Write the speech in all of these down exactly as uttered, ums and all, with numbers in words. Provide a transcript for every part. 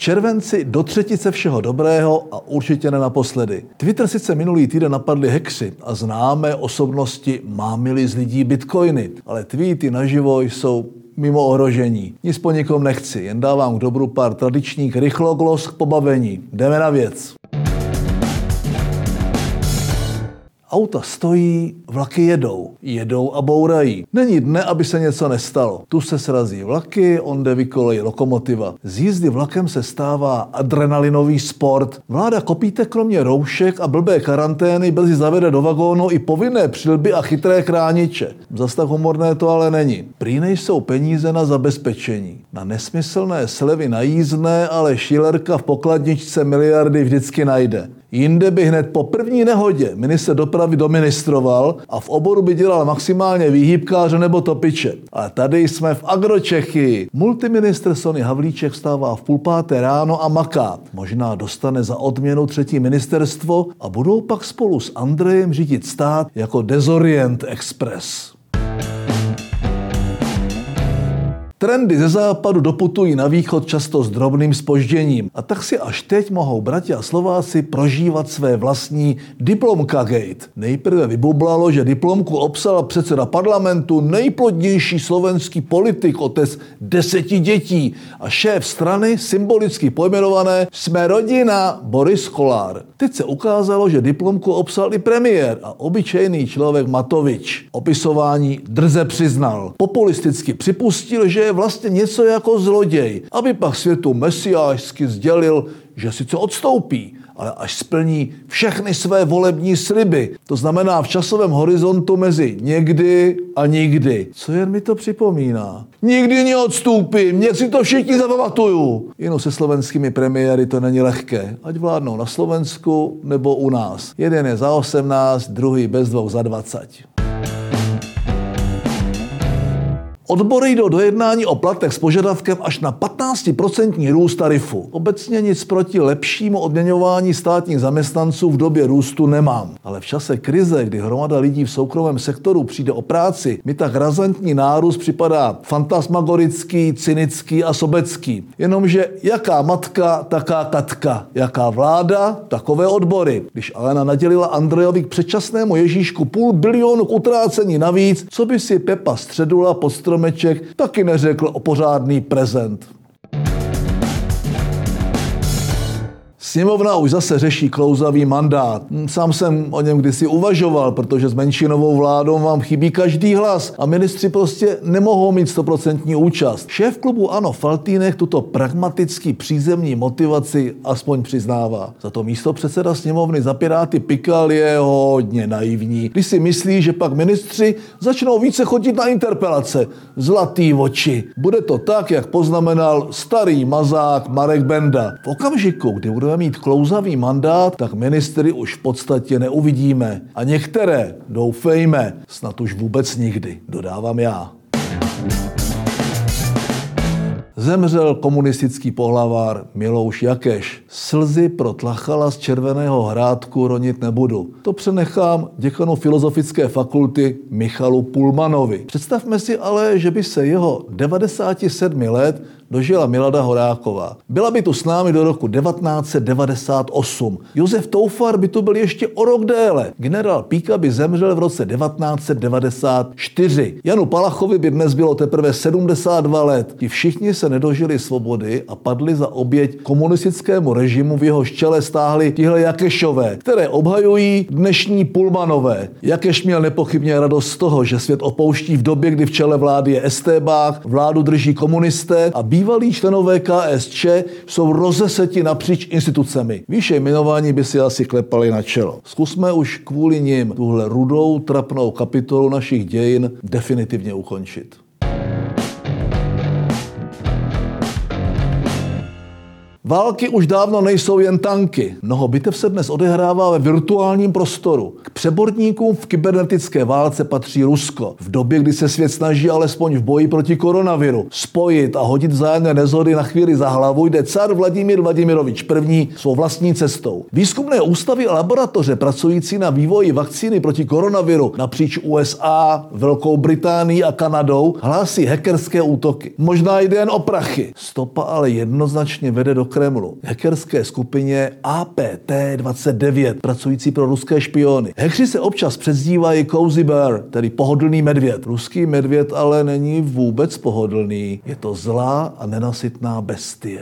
červenci do třetice všeho dobrého a určitě ne naposledy. Twitter sice minulý týden napadli hackři a známé osobnosti mámili z lidí bitcoiny, ale tweety naživo jsou mimo ohrožení. Nic po nikom nechci, jen dávám k dobru pár tradičních rychloglos k pobavení. Jdeme na věc. Auta stojí, vlaky jedou. Jedou a bourají. Není dne, aby se něco nestalo. Tu se srazí vlaky, onde vykolejí lokomotiva. Z jízdy vlakem se stává adrenalinový sport. Vláda kopíte kromě roušek a blbé karantény brzy zavede do vagónu i povinné přilby a chytré chrániče. Zas tak humorné to ale není. Prý nejsou peníze na zabezpečení. Na nesmyslné slevy na jízdné, ale Schillerka v pokladničce miliardy vždycky najde. Jinde by hned po první nehodě ministr dopravy doministroval a v oboru by dělal maximálně výhybkáře nebo topiče. Ale tady jsme v Agročechy. Multiministr Sony Havlíček vstává v půl páté ráno a maká. Možná dostane za odměnu třetí ministerstvo a budou pak spolu s Andrejem řídit stát jako Desorient Express. Trendy ze západu doputují na východ často s drobným zpožděním. A tak si až teď mohou bratia a Slováci prožívat své vlastní diplomkagate. Nejprve vybublalo, že diplomku obsal předseda parlamentu, nejplodnější slovenský politik, otec deseti dětí a šéf strany symbolicky pojmenované Jsme rodina Boris Kolár. Teď se ukázalo, že diplomku obsal i premiér a obyčejný člověk Matovič. Opisování drze přiznal. Populisticky připustil, že je vlastně něco jako zloděj, aby pak světu mesiášsky sdělil, že sice odstoupí, ale až splní všechny své volební sliby. To znamená v časovém horizontu mezi někdy a nikdy. Co jen mi to připomíná? Nikdy neodstoupím, nech si to všichni zapamatuju. Jenom se slovenskými premiéry to není lehké. Ať vládnou na Slovensku nebo u nás. Jeden je za osmnáct, druhý bez dvou za dvacet. Odbory jdou do jednání o platech s požadavkem až na patnáct procent růst tarifu. Obecně nic proti lepšímu odměňování státních zaměstnanců v době růstu nemám. Ale v čase krize, kdy hromada lidí v soukromém sektoru přijde o práci, mi tak razantní nárůst připadá fantasmagorický, cynický a sobecký. Jenomže jaká matka, taká tatka. Jaká vláda, takové odbory. Když Alena nadělila Andrejovi k předčasnému Ježíšku půl bilionu k utrácení navíc, co by si Pepa Středula pod strom Meček taky neřekl o pořádný prezent. Sněmovna už zase řeší klouzavý mandát. Sám jsem o něm kdysi uvažoval, protože s menšinovou vládou vám chybí každý hlas a ministři prostě nemohou mít stoprocentní účast. Šéf klubu ANO Faltýnek tuto pragmaticky přízemní motivaci aspoň přiznává. Za to místo předseda sněmovny za Piráty Pikal je hodně naivní, když si myslí, že pak ministři začnou více chodit na interpelace. Zlatý oči. Bude to tak, jak poznamenal starý mazák Marek Benda. V okamžiku, kdy budeme mít klouzavý mandát, tak ministry už v podstatě neuvidíme. A některé, doufejme, snad už vůbec nikdy, dodávám já. Zemřel komunistický pohlavár Milouš Jakeš. Slzy pro tlachala z Červeného Hrádku ronit nebudu. To přenechám děkanu Filozofické fakulty Michalu Pulmanovi. Představme si ale, že by se jeho devadesáti sedmi let dožila Milada Horáková. Byla by tu s námi do roku devatenáct set devadesát osm. Josef Toufar by tu byl ještě o rok déle. Generál Píka by zemřel v roce devatenáct set devadesát čtyři. Janu Palachovi by dnes bylo teprve sedmdesát dva let. Ti všichni se nedožili svobody a padli za oběť komunistickému režimu, v jehož čele stáhli tihle Jakešové, které obhajují dnešní Pulmanové. Jakeš měl nepochybně radost z toho, že svět opouští v době, kdy v čele vlády je estébák, vládu drží komunisté a bývalí členové K S Č jsou rozeseti napříč institucemi. Výše jmenování by si asi klepali na čelo. Zkusme už kvůli nim tuhle rudou, trapnou kapitolu našich dějin definitivně ukončit. Války už dávno nejsou jen tanky. Mnoho bitev se dnes odehrává ve virtuálním prostoru. K přeborníkům v kybernetické válce patří Rusko. V době, kdy se svět snaží alespoň v boji proti koronaviru spojit a hodit vzájemné nezhody na chvíli za hlavu, jde car Vladimír Vladimirovič první svou vlastní cestou. Výzkumné ústavy a laboratoře pracující na vývoji vakcíny proti koronaviru napříč U S A, Velkou Británií a Kanadou hlásí hackerské útoky. Možná jde jen o prachy. Stopa ale jednoznačně vede do Kremlu, hackerské skupině A P T dvacet devět, pracující pro ruské špiony. Hackři se občas přezdívají Cozy Bear, tedy pohodlný medvěd. Ruský medvěd ale není vůbec pohodlný. Je to zlá a nenasytná bestie.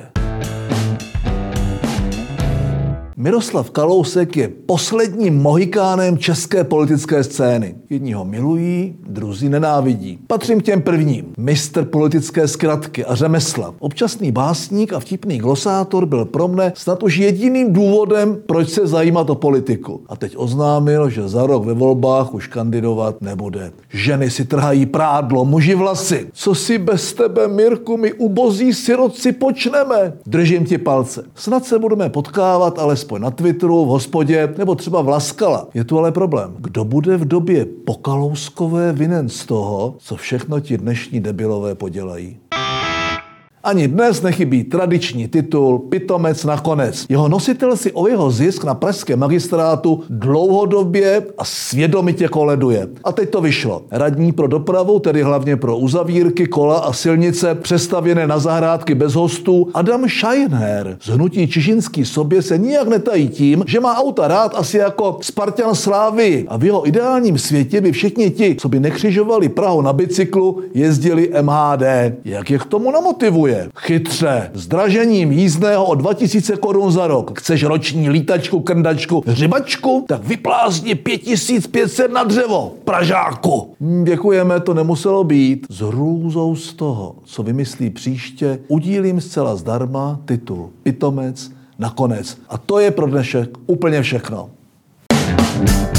Miroslav Kalousek je posledním mohikánem české politické scény. Jedni ho milují, druzí nenávidí. Patřím k těm prvním. Mistr politické zkratky a řemesla. Občasný básník a vtipný glosátor byl pro mne snad už jediným důvodem, proč se zajímat o politiku. A teď oznámil, že za rok ve volbách už kandidovat nebude. Ženy si trhají prádlo, muži vlasy. Co si bez tebe, Mirku, my ubozí sirotci počneme? Držím ti palce. Snad se budeme potkávat, ale na Twitteru, v hospodě nebo třeba v Laskala. Je tu ale problém. Kdo bude v době pokalouskové vinen z toho, co všechno ti dnešní debilové podělají? Ani dnes nechybí tradiční titul Pitomec nakonec. Jeho nositel si o jeho zisk na pražském magistrátu dlouhodobě a svědomitě koleduje. A teď to vyšlo. Radní pro dopravu, tedy hlavně pro uzavírky, kola a silnice přestavěné na zahrádky bez hostů, Adam Scheinher z hnutí Čižinský sobě se nijak netají tím, že má auta rád asi jako Spartan Slávy. A v jeho ideálním světě by všichni ti, co by nekřižovali Prahu na bicyklu, jezdili M H D. Jak je k tomu namotivuje? Chytře. Zdražením jízdného o dva tisíce korun za rok. Chceš roční lítačku, krndačku, hřibačku? Tak vyplázni pět tisíc pět set na dřevo, Pražáku. Děkujeme, to nemuselo být. S hrůzou z toho, co vymyslí příště, udílím zcela zdarma titul Pitomec nakonec. A to je pro dnešek úplně všechno.